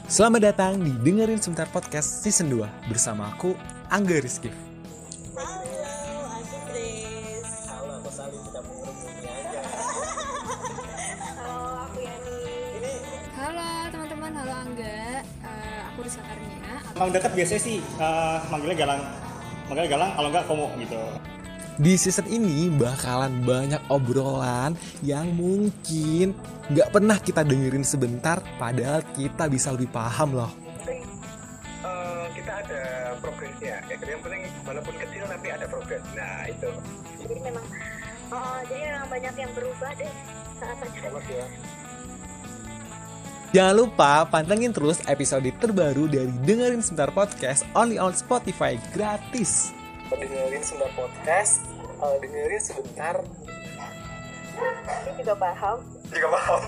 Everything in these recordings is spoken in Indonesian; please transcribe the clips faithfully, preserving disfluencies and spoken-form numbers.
Selamat datang di Dengerin Sebentar Podcast Season dua bersama aku, Angga Rizky. Halo, aku Grace. Halo, aku Salim, kita mengerumuni aja. Halo, aku Yani. Halo teman-teman, halo Angga. Uh, aku Rizka Karnia. Emang dekat biasanya sih uh, manggilnya Galang. Manggilnya Galang, kalau enggak Komo gitu. Di season ini bakalan banyak obrolan yang mungkin gak pernah kita dengerin sebentar, padahal kita bisa lebih paham loh. Uh, kita ada progresnya, ya. Yang penting walaupun kecil tapi ada progres. Nah itu. Jadi memang, oh, jadi memang banyak yang berubah deh saat pacaran. Ya. Jangan lupa pantengin terus episode terbaru dari Dengerin Sebentar Podcast only on Spotify gratis. Dengerin Sebentar Podcast, uh, dengerin sebentar. Ini juga paham. Juga paham.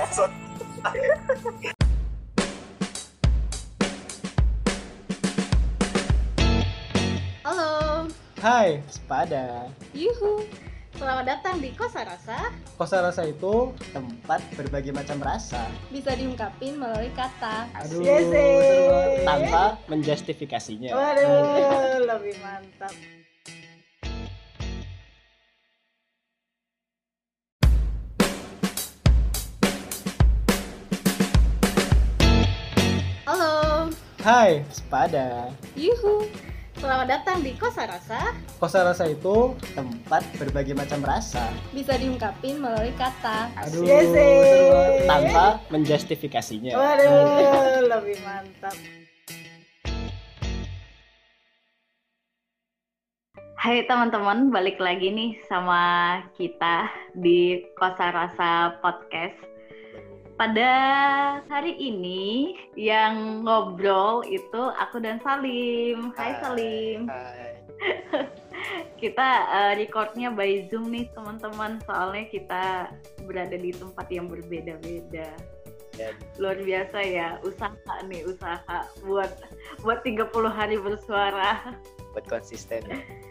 Halo, Hai, Sepada. yuhu. Selamat datang di Kosa Rasa. Kosa rasa itu tempat berbagai macam rasa. Bisa diungkapin melalui kata. Aduh, Yes, seru eh. banget. Tanpa menjustifikasinya. Waduh, lebih mantap. Halo, Hai, Sepada. yuhu. Selamat datang di Kosa Rasa. Kosa rasa itu tempat berbagai macam rasa. Bisa diungkapin melalui kata. Aduh, Yes, eh. seru banget. Tanpa menjustifikasinya. Waduh, lebih mantap. Hai teman-teman, balik lagi nih sama kita di Kosa Rasa Podcast. Pada hari ini yang ngobrol itu aku dan Salim. Hai Salim. Hai. Kita uh, recordnya by Zoom nih teman-teman, soalnya kita berada di tempat yang berbeda-beda. Dan Luar biasa ya, usaha nih, usaha buat buat tiga puluh hari bersuara. buat konsisten.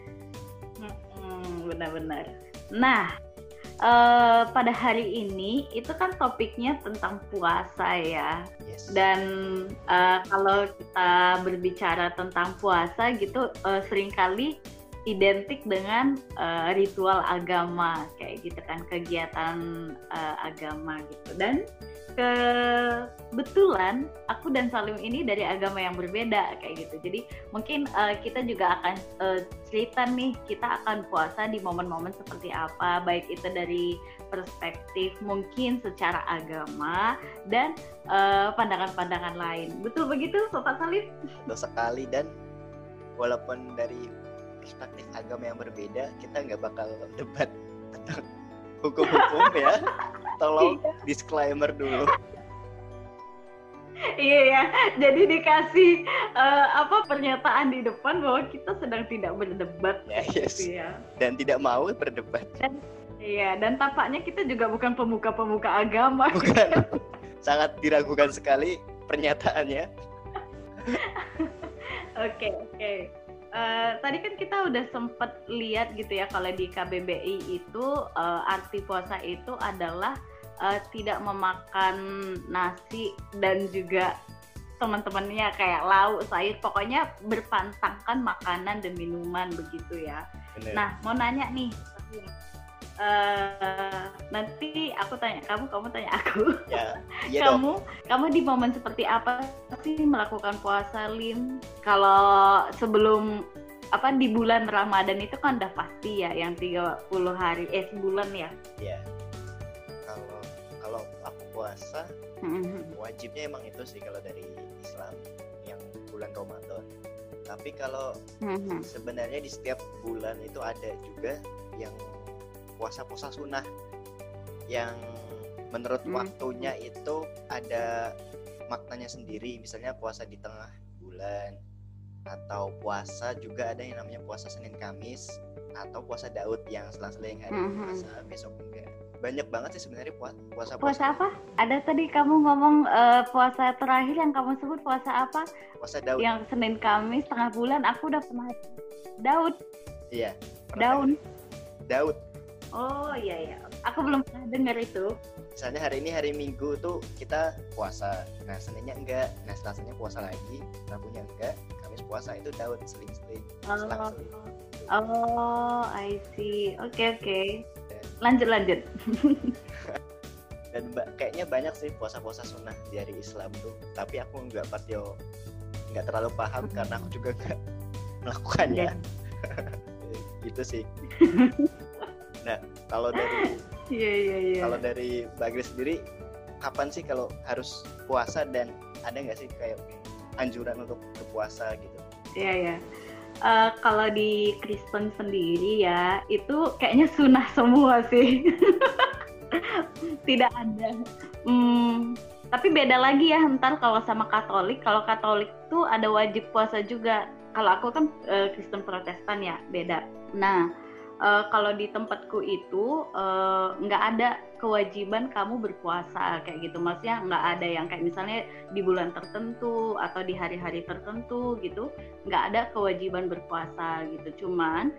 Hmm, benar-benar. Nah, eh, pada hari ini itu kan topiknya tentang puasa ya. Yes. Dan eh, kalau kita berbicara tentang puasa gitu, eh, seringkali identik dengan eh, ritual agama kayak gitu kan, kegiatan eh, agama gitu. Dan kebetulan aku dan Salim ini dari agama yang berbeda kayak gitu. Jadi mungkin uh, kita juga akan uh, cerita nih, kita akan puasa di momen-momen seperti apa, baik itu dari perspektif mungkin secara agama dan uh, pandangan-pandangan lain. Betul begitu Sobat Salim? Betul sekali, dan walaupun dari perspektif agama yang berbeda, kita nggak bakal debat tentang hukum-hukum ya. Tolong disclaimer dulu. Iya ya, jadi dikasih uh, apa pernyataan di depan bahwa kita sedang tidak berdebat Ya, yes. gitu ya. Dan tidak mau berdebat. Dan iya, dan tampaknya kita juga bukan pemuka-pemuka agama. Bukan. Sangat diragukan sekali pernyataannya. Oke, oke. Uh, tadi kan kita udah sempet lihat gitu ya, kalau di K B B I itu uh, arti puasa itu adalah uh, tidak memakan nasi dan juga teman-temannya kayak lauk, sayur, pokoknya berpantangkan makanan dan minuman begitu ya. Bener. Nah, mau nanya nih, uh, nanti aku tanya kamu, kamu tanya aku. Ya, iya dong. kamu, kamu di momen seperti apa sih melakukan puasa, Lim? Kalau sebelum apa di bulan Ramadan itu kan udah pasti ya, yang tiga puluh hari, eh sebulan ya. Ya. Kalau kalau aku puasa, wajibnya emang itu sih kalau dari Islam yang bulan Ramadan. Tapi kalau sebenarnya di setiap bulan itu ada juga yang puasa-puasa sunnah yang menurut Hmm. waktunya itu ada maknanya sendiri. Misalnya puasa di tengah bulan, atau puasa juga ada yang namanya puasa Senin Kamis, atau puasa Daud yang selang-seling hari Mhm. puasa besok enggak. Banyak banget sih sebenarnya puasa Puasa apa? Ada tadi kamu ngomong uh, puasa terakhir yang kamu sebut puasa apa? Puasa Daud. Yang Senin Kamis tengah bulan aku udah pernah. Daud, Iya. pernah daun. dengar? Daud. Oh iya iya. Aku belum pernah dengar itu. Misalnya hari ini hari Minggu tuh kita puasa, nah Seninnya enggak, nah Selasanya puasa lagi, Rabunya enggak, Kamis puasa, itu Daud seling-seling, selang-seling. Oh, I see. Oke okay, oke. Okay. Lanjut lanjut. Dan ba- kayaknya banyak sih puasa-puasa sunnah di hari Islam tuh, tapi aku nggak partio, nggak terlalu paham karena aku juga nggak melakukannya. Gitu sih. Nah, kalau dari yeah, yeah, yeah. kalau dari Mbak Grace sendiri, kapan sih kalau harus puasa dan ada nggak sih kayak anjuran untuk berpuasa gitu? Iya yeah, ya. Yeah. Uh, kalau di Kristen sendiri ya, itu kayaknya sunnah semua sih. Tidak ada. Hmm, tapi beda lagi ya ntar kalau sama Katolik. Kalau Katolik tuh ada wajib puasa juga. Kalau aku kan uh, Kristen Protestan ya, beda. Nah, uh, kalau di tempatku itu nggak uh, ada kewajiban kamu berpuasa kayak gitu. Maksudnya nggak ada yang kayak misalnya di bulan tertentu atau di hari-hari tertentu gitu. Nggak ada kewajiban berpuasa gitu. Cuman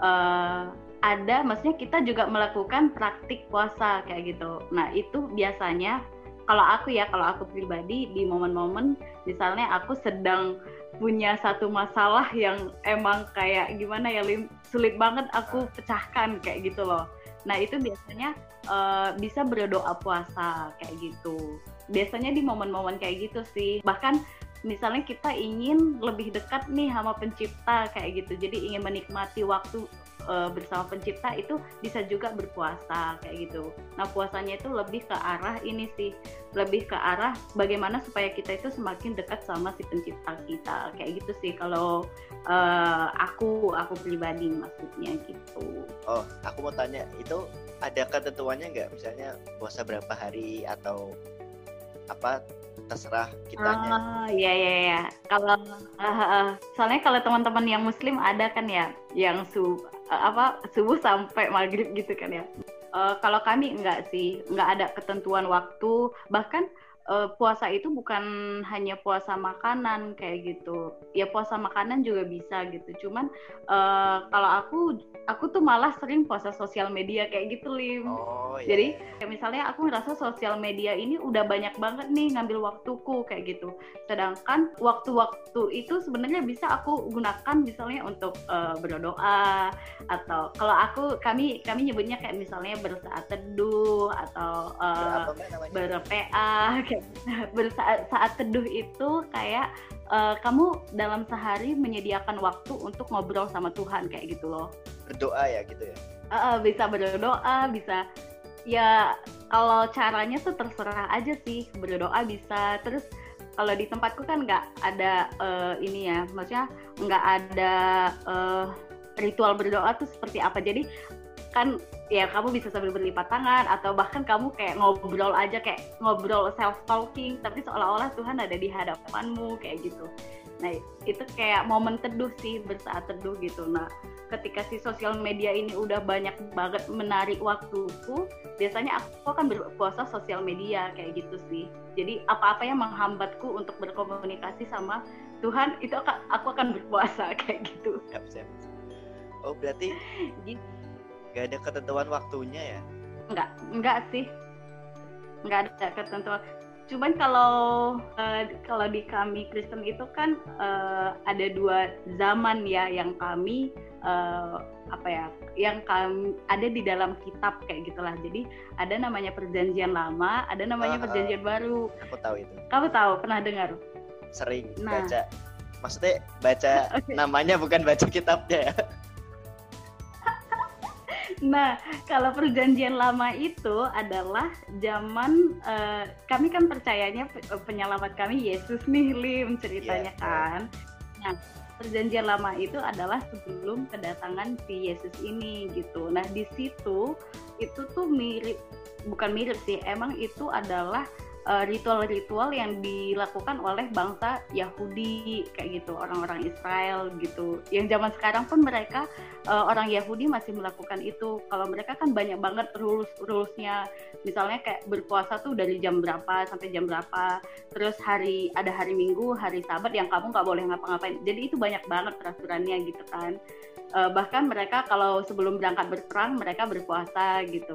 uh, ada, maksudnya kita juga melakukan praktik puasa kayak gitu. Nah itu biasanya kalau aku ya, kalau aku pribadi di momen-momen misalnya aku sedang punya satu masalah yang emang kayak gimana ya, Lim, sulit banget aku pecahkan kayak gitu loh. Nah itu biasanya uh, bisa berdoa puasa kayak gitu. Biasanya di momen-momen kayak gitu sih. Bahkan misalnya kita ingin lebih dekat nih sama pencipta kayak gitu. Jadi ingin menikmati waktu bersama pencipta, itu bisa juga berpuasa kayak gitu. Nah puasanya itu lebih ke arah ini sih, lebih ke arah bagaimana supaya kita itu semakin dekat sama si pencipta kita kayak gitu sih. Kalau uh, aku aku pribadi maksudnya gitu. Oh, aku mau tanya, itu ada ketentuannya nggak? Misalnya puasa berapa hari atau apa? Terserah kitanya. Oh iya iya iya. Kalau uh, uh, soalnya kalau teman-teman yang Muslim ada kan ya, yang su uh, apa subuh sampai maghrib gitu kan ya. Uh, kalau kami enggak sih, enggak ada ketentuan waktu. Bahkan uh, puasa itu bukan hanya puasa makanan kayak gitu. Ya puasa makanan juga bisa gitu. Cuman uh, kalau aku aku tuh malah sering puasa sosial media kayak gitu, Lim. Oh, iya. Jadi kayak misalnya aku ngerasa sosial media ini udah banyak banget nih ngambil waktuku kayak gitu. Sedangkan waktu-waktu itu sebenarnya bisa aku gunakan misalnya untuk uh, berdoa, atau kalau aku kami kami nyebutnya kayak misalnya bersaat teduh atau uh, ber-P A kayak bersaat saat teduh itu kayak uh, kamu dalam sehari menyediakan waktu untuk ngobrol sama Tuhan kayak gitu loh. Berdoa ya gitu ya. Uh, uh, bisa berdoa, bisa ya kalau caranya tuh terserah aja sih, berdoa bisa. Terus kalau di tempatku kan nggak ada uh, ini ya, maksudnya nggak ada uh, ritual berdoa tuh seperti apa. Jadi kan ya kamu bisa sambil berlipat tangan atau bahkan kamu kayak ngobrol aja, kayak ngobrol self talking tapi seolah-olah Tuhan ada di hadapanmu kayak gitu. Nah itu kayak momen teduh sih, bersaat teduh gitu. Nah ketika si sosial media ini udah banyak banget menarik waktuku, biasanya aku akan berpuasa sosial media kayak gitu sih. Jadi apa-apa yang menghambatku untuk berkomunikasi sama Tuhan, itu aku akan berpuasa kayak gitu. Siap, siap. Oh berarti gitu. Gak ada ketentuan waktunya ya? Enggak, enggak sih. Enggak ada ketentuan. Cuman kalau uh, kalau di kami Kristen itu kan uh, ada dua zaman ya yang kami uh, apa ya, yang kami ada di dalam kitab kayak gitulah. Jadi ada namanya Perjanjian Lama, ada namanya uh, Perjanjian Baru. Aku tahu itu. Kamu tahu, pernah dengar? Sering nah. baca. Maksudnya baca okay. Namanya bukan baca kitabnya ya. Nah, kalau Perjanjian Lama itu adalah zaman uh, kami kan percayanya penyelamat kami Yesus nih, Lim, ceritanya yeah, kan. Nah, Perjanjian Lama itu adalah sebelum kedatangan si Yesus ini gitu. Nah, di situ itu tuh mirip, bukan mirip sih, emang itu adalah uh, ritual-ritual yang dilakukan oleh bangsa Yahudi kayak gitu, orang-orang Israel gitu. Yang zaman sekarang pun mereka uh, orang Yahudi masih melakukan itu. Kalau mereka kan banyak banget rules-rulesnya. Misalnya kayak berpuasa tuh dari jam berapa sampai jam berapa. Terus hari ada hari Minggu, hari Sabat yang kamu nggak boleh ngapa-ngapain. Jadi itu banyak banget peraturannya gitu kan. Uh, bahkan mereka kalau sebelum berangkat berperang mereka berpuasa gitu.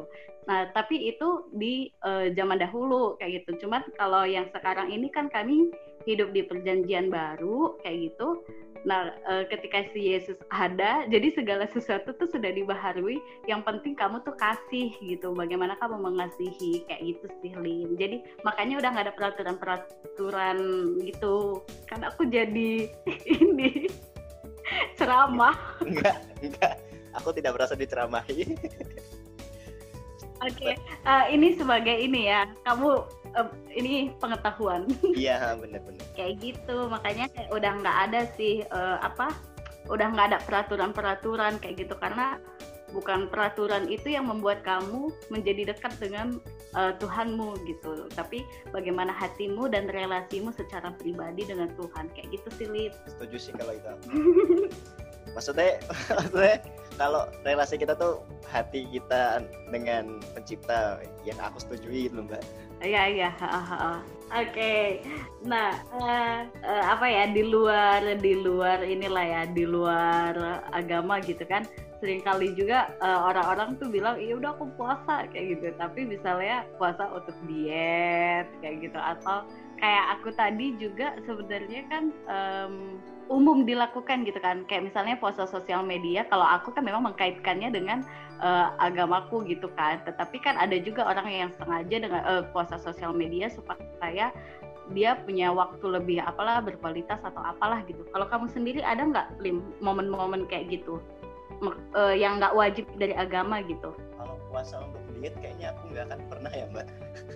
Nah, tapi itu di uh, zaman dahulu kayak gitu. Cuman kalau yang sekarang ini kan kami hidup di perjanjian baru kayak gitu. Nah, uh, ketika si Yesus ada, jadi segala sesuatu tuh sudah dibaharui. Yang penting kamu tuh kasih gitu. Bagaimana kamu mengasihi kayak gitu sih, Lin. Jadi makanya udah nggak ada peraturan-peraturan gitu. Kan aku jadi ini ceramah. Enggak, enggak. Aku tidak merasa diceramahi. Oke, okay. uh, ini sebagai ini ya, kamu uh, ini pengetahuan. Iya, benar-benar. Kayak gitu, makanya kayak udah nggak ada sih uh, apa, udah nggak ada peraturan-peraturan kayak gitu karena bukan peraturan itu yang membuat kamu menjadi dekat dengan uh, Tuhanmu gitu, tapi bagaimana hatimu dan relasimu secara pribadi dengan Tuhan kayak gitu sih, Lip. Setuju sih kalau itu. Maksudnya, maksudnya kalau relasi kita tuh hati kita dengan pencipta yang aku setujui gitu Mbak. Iya iya. Oke. Okay. Nah uh, uh, apa ya di luar di luar inilah ya di luar agama gitu kan. Seringkali juga uh, orang-orang tuh bilang iya udah aku puasa kayak gitu. Tapi misalnya puasa untuk diet kayak gitu atau kayak aku tadi juga sebenarnya kan um, umum dilakukan gitu kan, kayak misalnya puasa sosial media. Kalau aku kan memang mengkaitkannya dengan uh, agamaku gitu kan, tetapi kan ada juga orang yang sengaja dengan uh, puasa sosial media supaya dia punya waktu lebih apalah berkualitas atau apalah gitu. Kalau kamu sendiri ada nggak, Lim, momen-momen kayak gitu uh, yang nggak wajib dari agama gitu? Kalau puasa untuk diet kayaknya aku nggak akan pernah ya Mbak.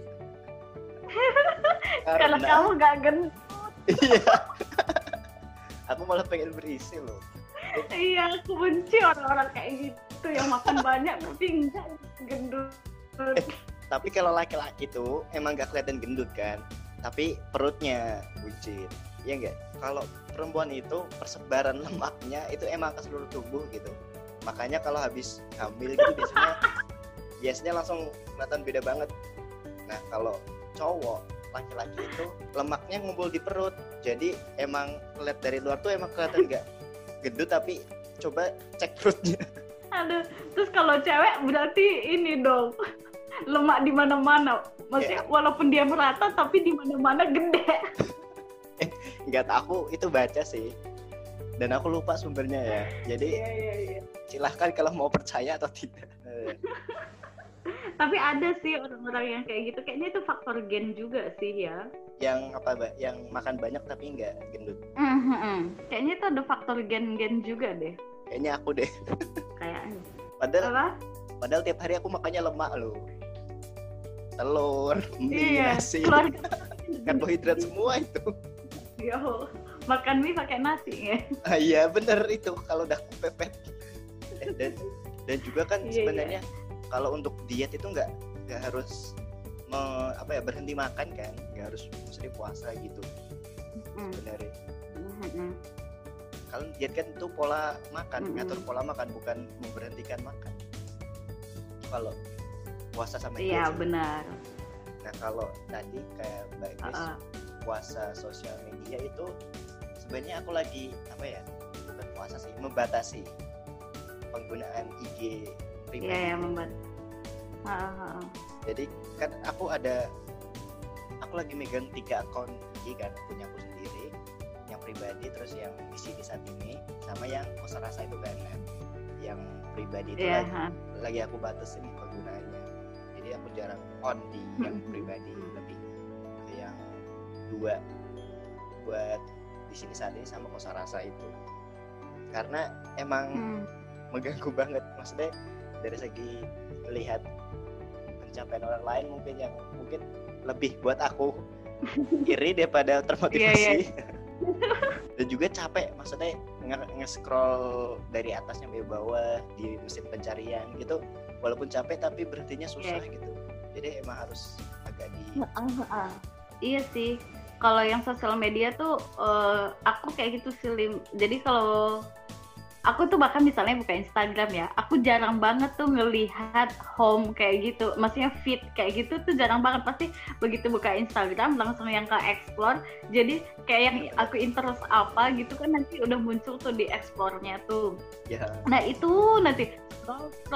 Karena kamu nggak gendut. Iya. Aku malah pengen berisi loh. Iya, aku benci orang-orang kayak gitu yang makan banyak tapi enggak gendut. Eh, tapi kalau laki-laki tuh emang gak kelihatan gendut kan, tapi perutnya buncit, iya nggak? Kalau perempuan itu persebaran lemaknya itu emang ke seluruh tubuh gitu. Makanya kalau habis hamil gitu biasanya biasanya langsung kelihatan beda banget. Nah kalau cowok laki-laki itu lemaknya ngumpul di perut, jadi emang lihat dari luar tuh emang kelihatan nggak gendut, tapi coba cek perutnya. Aduh, terus kalau cewek berarti ini dong lemak di mana-mana, maksudnya yeah. Walaupun dia merata tapi di mana-mana gede. eh, nggak tahu, itu baca sih, dan aku lupa sumbernya ya. Jadi yeah, yeah, yeah. Silahkan kalau mau percaya atau tidak. Tapi ada sih orang-orang yang kayak gitu, kayaknya itu faktor gen juga sih ya. Yang apa Mbak? Yang makan banyak tapi nggak gendut. Mm-hmm. Kayaknya itu ada faktor gen-gen juga deh. Kayaknya aku deh. Kayaknya. Padahal, apa? Padahal tiap hari aku makannya lemak loh. Telur, mie, iya, nasi, keluarga... karbohidrat semua itu. Yo, makan mie pakai nasi ya? Ah, iya bener itu kalau udah kepepet. Dan dan juga kan yeah, sebenarnya yeah. Kalau untuk diet itu nggak nggak harus me, apa ya berhenti makan kan, nggak harus mesti puasa gitu. Mm. Sebenarnya. Mm-hmm. Kalau diet kan itu pola makan, mm-hmm. ngatur pola makan, bukan memberhentikan makan. Kalau puasa sama diet. Iya benar. Nah kalau tadi kayak Mbak Grace uh-uh. puasa sosial media itu sebenarnya aku lagi apa ya, bukan puasa sih, membatasi penggunaan I G pribadi. Iya, yang membuat. Uh-huh. Jadi kan aku ada, aku lagi megang tiga akun I G kan, punya aku sendiri, yang pribadi, terus yang isi di saat ini, sama yang kosa rasa itu kan. Yang pribadi itu yeah, lagi, huh? lagi aku batasin penggunaannya. Jadi aku jarang on di yang pribadi, lebih ke yang dua buat di sini saat ini sama kosa rasa itu. Karena emang hmm. mengganggu banget, maksudnya dari segi melihat pencapaian orang lain mungkin yang mungkin lebih buat aku iri daripada termotivasi. Yeah, yeah. Dan juga capek, maksudnya nge-scroll dari atas sampai bawah di mesin pencarian gitu, walaupun capek tapi berhentinya susah yeah. gitu. Jadi emang harus agak di uh, uh. Iya sih, kalau yang sosial media tuh uh, aku kayak gitu sih, Lim. Jadi kalau aku tuh bahkan misalnya buka Instagram ya, aku jarang banget tuh ngelihat home kayak gitu, maksudnya feed kayak gitu tuh jarang banget. Pasti begitu buka Instagram langsung yang ke explore, jadi kayak yang aku interest apa gitu kan nanti udah muncul tuh di explore-nya tuh. Yeah. Nah itu nanti scroll scroll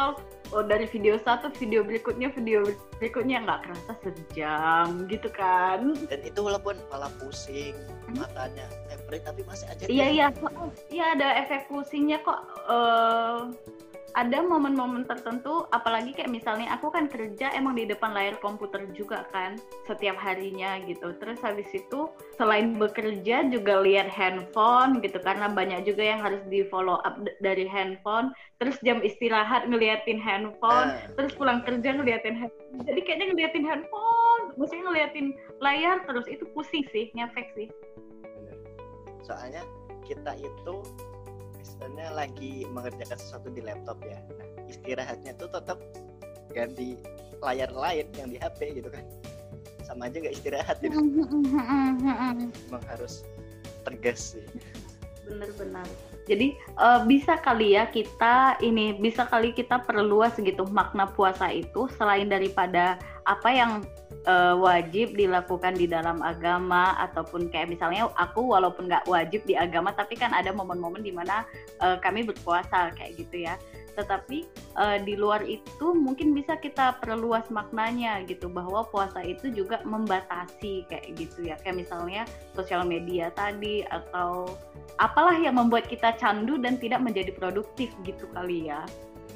oh dari video satu video berikutnya video berikutnya nggak kerasa sejam gitu kan. Dan itu walaupun malah pusing matanya eh, tapi masih aja iya iya iya ada efek pusingnya kok. Uh, ada momen-momen tertentu, apalagi kayak misalnya aku kan kerja emang di depan layar komputer juga kan setiap harinya gitu. Terus habis itu selain bekerja juga lihat handphone gitu karena banyak juga yang harus di follow up d- dari handphone. Terus jam istirahat ngeliatin handphone, uh. terus pulang kerja ngeliatin handphone. Jadi kayaknya ngeliatin handphone, maksudnya ngeliatin layar terus, itu pusing sih, ngefek sih. Bener. Soalnya kita itu misalnya lagi mengerjakan sesuatu di laptop ya, nah istirahatnya tuh tetap ganti layar lain yang di H P gitu kan, sama aja nggak istirahat gitu. Emang harus tegas sih. Bener-bener. Jadi uh, bisa kali ya kita ini bisa kali kita perluas gitu makna puasa itu, selain daripada apa yang Uh, wajib dilakukan di dalam agama, ataupun kayak misalnya aku walaupun nggak wajib di agama tapi kan ada momen-momen dimana uh, kami berpuasa kayak gitu ya. Tetapi uh, di luar itu mungkin bisa kita perluas maknanya gitu, bahwa puasa itu juga membatasi kayak gitu ya, kayak misalnya sosial media tadi atau apalah yang membuat kita candu dan tidak menjadi produktif gitu kali ya.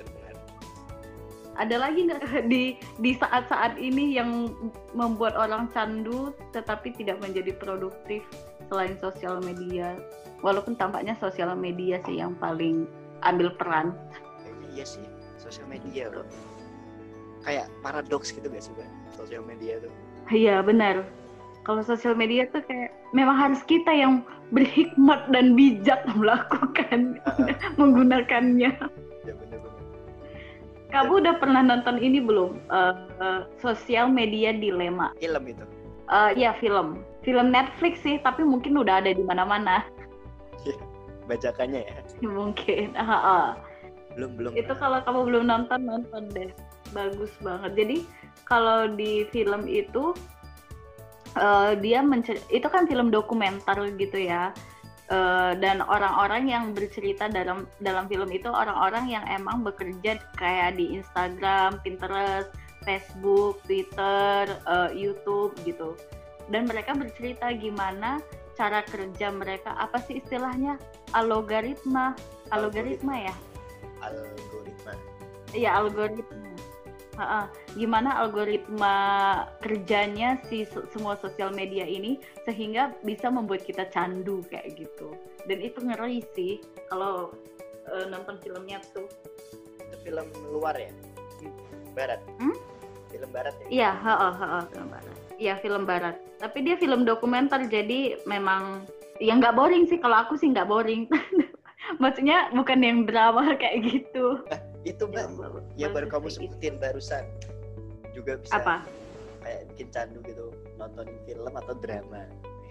Ada lagi nggak di di saat-saat ini yang membuat orang candu tetapi tidak menjadi produktif selain sosial media? Walaupun tampaknya sosial media sih yang paling ambil peran. Kayaknya iya sih, sosial media bro. Kayak paradoks gitu gak sih Bang, sosial media tuh? Iya benar. Kalau sosial media tuh kayak memang harus kita yang berhikmat dan bijak melakukan uh-huh. menggunakannya. Ya benar-benar. Kamu udah pernah nonton ini belum? Uh, uh, Sosial Media Dilema. Film itu? Uh, iya film. Film Netflix sih, tapi mungkin udah ada di mana-mana. Iya, bajakannya ya? Mungkin. Uh, uh. Belum belum. Itu kalau kamu belum nonton, nonton deh. Bagus banget. Jadi kalau di film itu uh, dia mencer- itu kan film dokumenter gitu ya. Uh, dan orang-orang yang bercerita dalam dalam film itu orang-orang yang emang bekerja kayak di Instagram, Pinterest, Facebook, Twitter, uh, YouTube gitu. Dan mereka bercerita gimana cara kerja mereka, apa sih istilahnya? Algoritma, algoritma ya? Algoritma. Iya, algoritma. Ha-ha. Gimana algoritma kerjanya si semua sosial media ini sehingga bisa membuat kita candu kayak gitu. Dan itu ngeri sih kalau uh, nonton filmnya tuh. Itu film luar ya? Barat? Hmm? Film barat ya? Iya, ha-ha, ha-ha, film barat. Iya, film barat. Tapi dia film dokumenter, jadi memang ya nggak boring sih. Kalau aku sih nggak boring. Maksudnya bukan yang drama kayak gitu. Nah, itu Mbak, ya, ya baru kamu sebutin barusan juga bisa apa? Kayak bikin candu gitu, nonton film atau drama.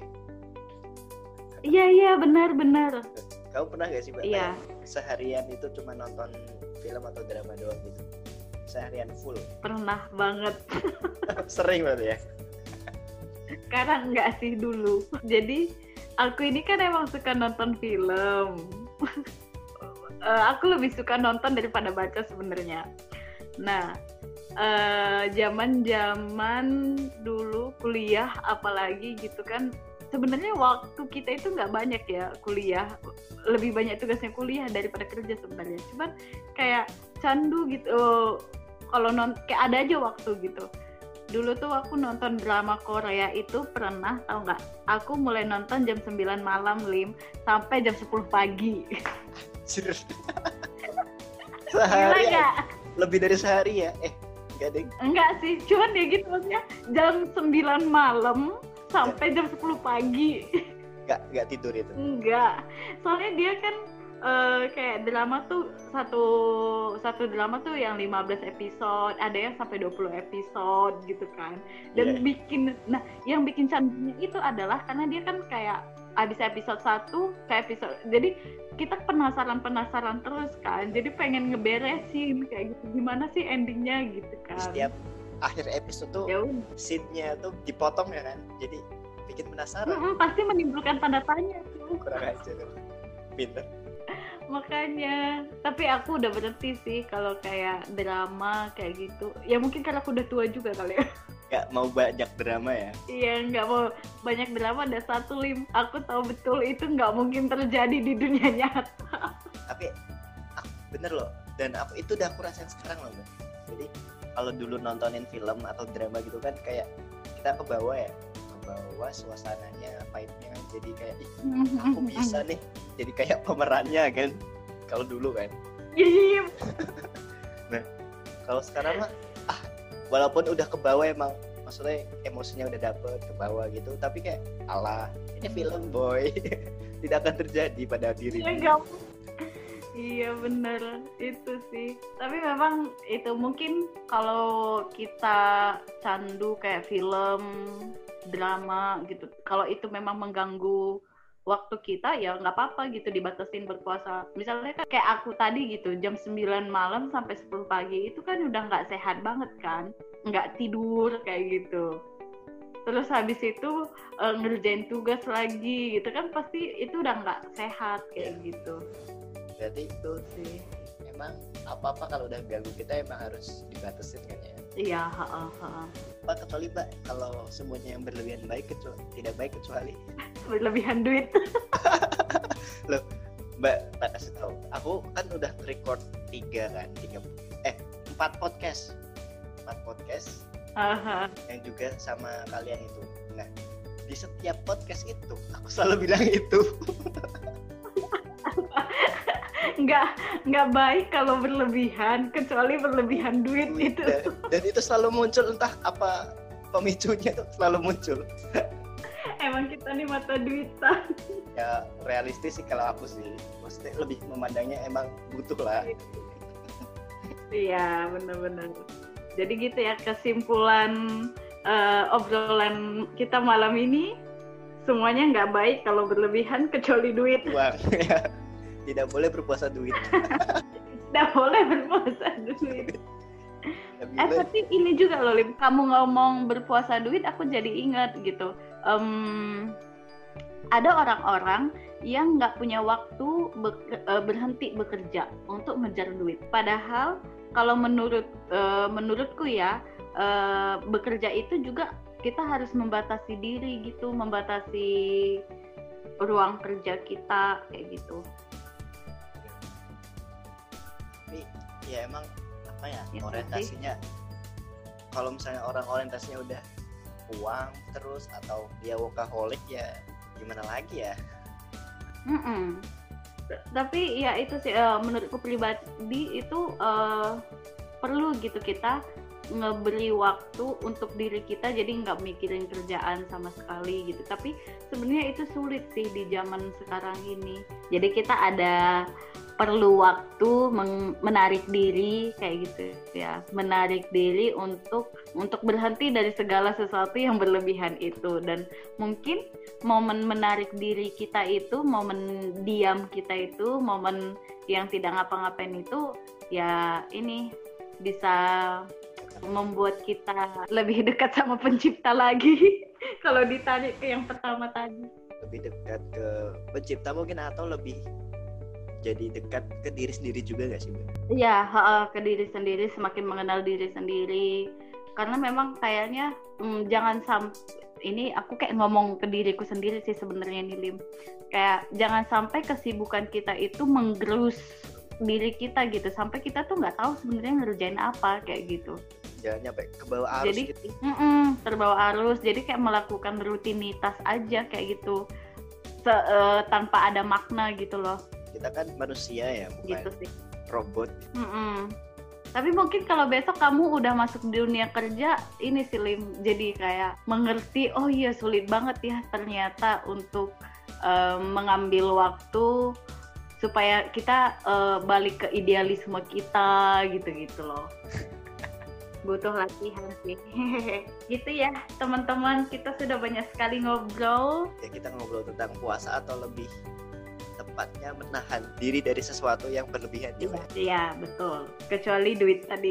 Iya iya benar-benar. Kamu pernah gak sih Mbak? Iya. Seharian itu cuma nonton film atau drama doang gitu? Seharian full? Pernah banget. Sering banget ya? Sekarang enggak sih dulu. Jadi aku ini kan emang suka nonton film. uh, aku lebih suka nonton daripada baca sebenarnya. Nah, uh, zaman-zaman dulu kuliah apalagi gitu kan, sebenarnya waktu kita itu nggak banyak ya kuliah, lebih banyak tugasnya kuliah daripada kerja sebenarnya. Cuman kayak candu gitu, kalau non kayak ada aja waktu gitu. Dulu tuh aku nonton drama Korea itu pernah, tau nggak? Aku mulai nonton jam sembilan malam Lim sampai jam sepuluh pagi. Sehari ya? Lebih dari sehari ya? Eh, enggak deh. Enggak sih, cuman ya gitu maksudnya jam sembilan malam sampai jam sepuluh pagi. Enggak, enggak tidur itu? Enggak, soalnya dia kan uh, kayak drama tuh satu satu drama tuh yang lima belas episode, ada yang sampai dua puluh episode gitu kan. Dan yeah. bikin, nah yang bikin candunya itu adalah karena dia kan kayak abis episode satu ke episode, jadi kita penasaran-penasaran terus kan, jadi pengen ngeberesin kayak gitu, gimana sih endingnya gitu kan. Setiap akhir episode tuh ya, scene-nya tuh dipotong ya kan, jadi bikin penasaran. Mm-hmm, pasti menimbulkan tanda tanya tuh. Kurang aja tuh, pinter. Makanya, tapi aku udah berhenti sih kalau kayak drama kayak gitu. Ya mungkin karena aku udah tua juga kali ya. Gak mau banyak drama ya? Iya, nggak mau banyak drama. Ada satu Lim, aku tahu betul itu nggak mungkin terjadi di dunia nyata. Tapi aku, bener loh, dan aku itu udah aku rasain sekarang loh Mbak. Jadi kalau dulu nontonin film atau drama gitu kan kayak kita ke bawah ya, ke bawah suasananya, vibe-nya, jadi kayak ih, aku bisa nih jadi kayak pemerannya kan, kalau dulu kan. Iya. Nah kalau sekarang mah ah walaupun udah ke bawah emang, maksudnya emosinya udah dapet ke bawah gitu, tapi kayak alah ini film boy. Tidak akan terjadi pada diri. Iya, iya bener itu sih. Tapi memang itu mungkin kalau kita candu kayak film, drama gitu, kalau itu memang mengganggu waktu kita ya nggak apa-apa gitu, dibatasin berpuasa. Misalnya kan kayak aku tadi gitu, jam sembilan malam sampai sepuluh pagi itu kan udah nggak sehat banget kan, nggak tidur kayak gitu. Terus habis itu uh, ngerjain tugas lagi gitu kan, pasti itu udah nggak sehat kayak ya. Gitu. Berarti itu sih emang apa-apa kalau udah ganggu kita emang harus dibatasin kan ya. Iya, heeh, heeh. Pak kecuali Mbak kalau semuanya yang berlebihan baik kecuali tidak baik kecuali berlebihan duit. Loh, Mbak tak kasih tahu. Aku kan udah record tiga kan, tiga eh empat podcast, empat podcast. Uh-huh. Yang juga sama kalian itu. Nah, di setiap podcast itu aku selalu bilang itu. nggak nggak baik kalau berlebihan, kecuali berlebihan duit, duit itu. Dan, dan itu selalu muncul, entah apa pemicunya tuh selalu muncul. Emang kita nih mata duitan. Ya realistis sih kalau aku sih, maksudnya lebih memandangnya emang butuh lah. Iya benar-benar. Jadi gitu ya kesimpulan uh, obrolan kita malam ini, semuanya nggak baik kalau berlebihan kecuali duit. Uang ya. Tidak boleh berpuasa duit. Tidak boleh berpuasa duit. Eh tapi ini juga loh Lim, kamu ngomong berpuasa duit, aku jadi ingat gitu. Um, ada orang-orang yang nggak punya waktu be- berhenti bekerja untuk ngejar duit. Padahal kalau menurut uh, menurutku ya uh, bekerja itu juga kita harus membatasi diri gitu, membatasi ruang kerja kita kayak gitu. Tapi ya emang apa ya, ya orientasinya kalau misalnya orang orientasinya udah uang terus atau dia workaholic ya gimana lagi ya. Mm-mm. Tapi ya itu sih uh, menurutku pribadi itu uh, perlu gitu kita ngeberi waktu untuk diri kita, jadi nggak mikirin kerjaan sama sekali gitu. Tapi sebenarnya itu sulit sih di zaman sekarang ini. Jadi kita ada perlu waktu meng- menarik diri kayak gitu ya, menarik diri untuk untuk berhenti dari segala sesuatu yang berlebihan itu. Dan mungkin momen menarik diri kita itu, momen diam kita itu, momen yang tidak ngapa-ngapain itu ya ini bisa membuat kita lebih dekat sama pencipta lagi. Kalau ditarik ke yang pertama tadi, lebih dekat ke pencipta mungkin, atau lebih jadi dekat ke diri sendiri juga nggak sih Mbak? Iya, ke diri sendiri, semakin mengenal diri sendiri. Karena memang kayaknya hmm, jangan sampai, ini aku kayak ngomong ke diriku sendiri sih sebenarnya nih Lim. Kayak jangan sampai kesibukan kita itu menggerus diri kita gitu, sampai kita tuh nggak tahu sebenarnya ngerjain apa kayak gitu. Jangan nyampe ke bawah arus jadi, gitu. terbawa arus, jadi kayak melakukan rutinitas aja kayak gitu, Se, uh, tanpa ada makna gitu loh. Kita kan manusia ya, bukan gitu sih. Robot. Mm-mm. Tapi mungkin kalau besok kamu udah masuk di dunia kerja, ini sih Lim, jadi kayak mengerti, oh iya sulit banget ya ternyata untuk uh, mengambil waktu supaya kita uh, balik ke idealisme kita gitu-gitu loh. Butuh latihan sih. Gitu ya teman-teman, kita sudah banyak sekali ngobrol. Ya kita ngobrol tentang puasa, atau lebih tepatnya menahan diri dari sesuatu yang berlebihan juga. Iya betul, kecuali duit tadi.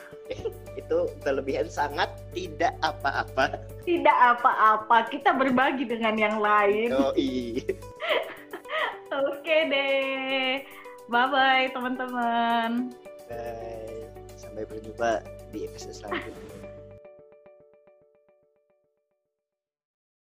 Itu berlebihan sangat tidak apa-apa. Tidak apa-apa, kita berbagi dengan yang lain. Oh iya. Oke deh. Bye-bye teman-teman. Bye. Sampai berjumpa di episode selanjutnya.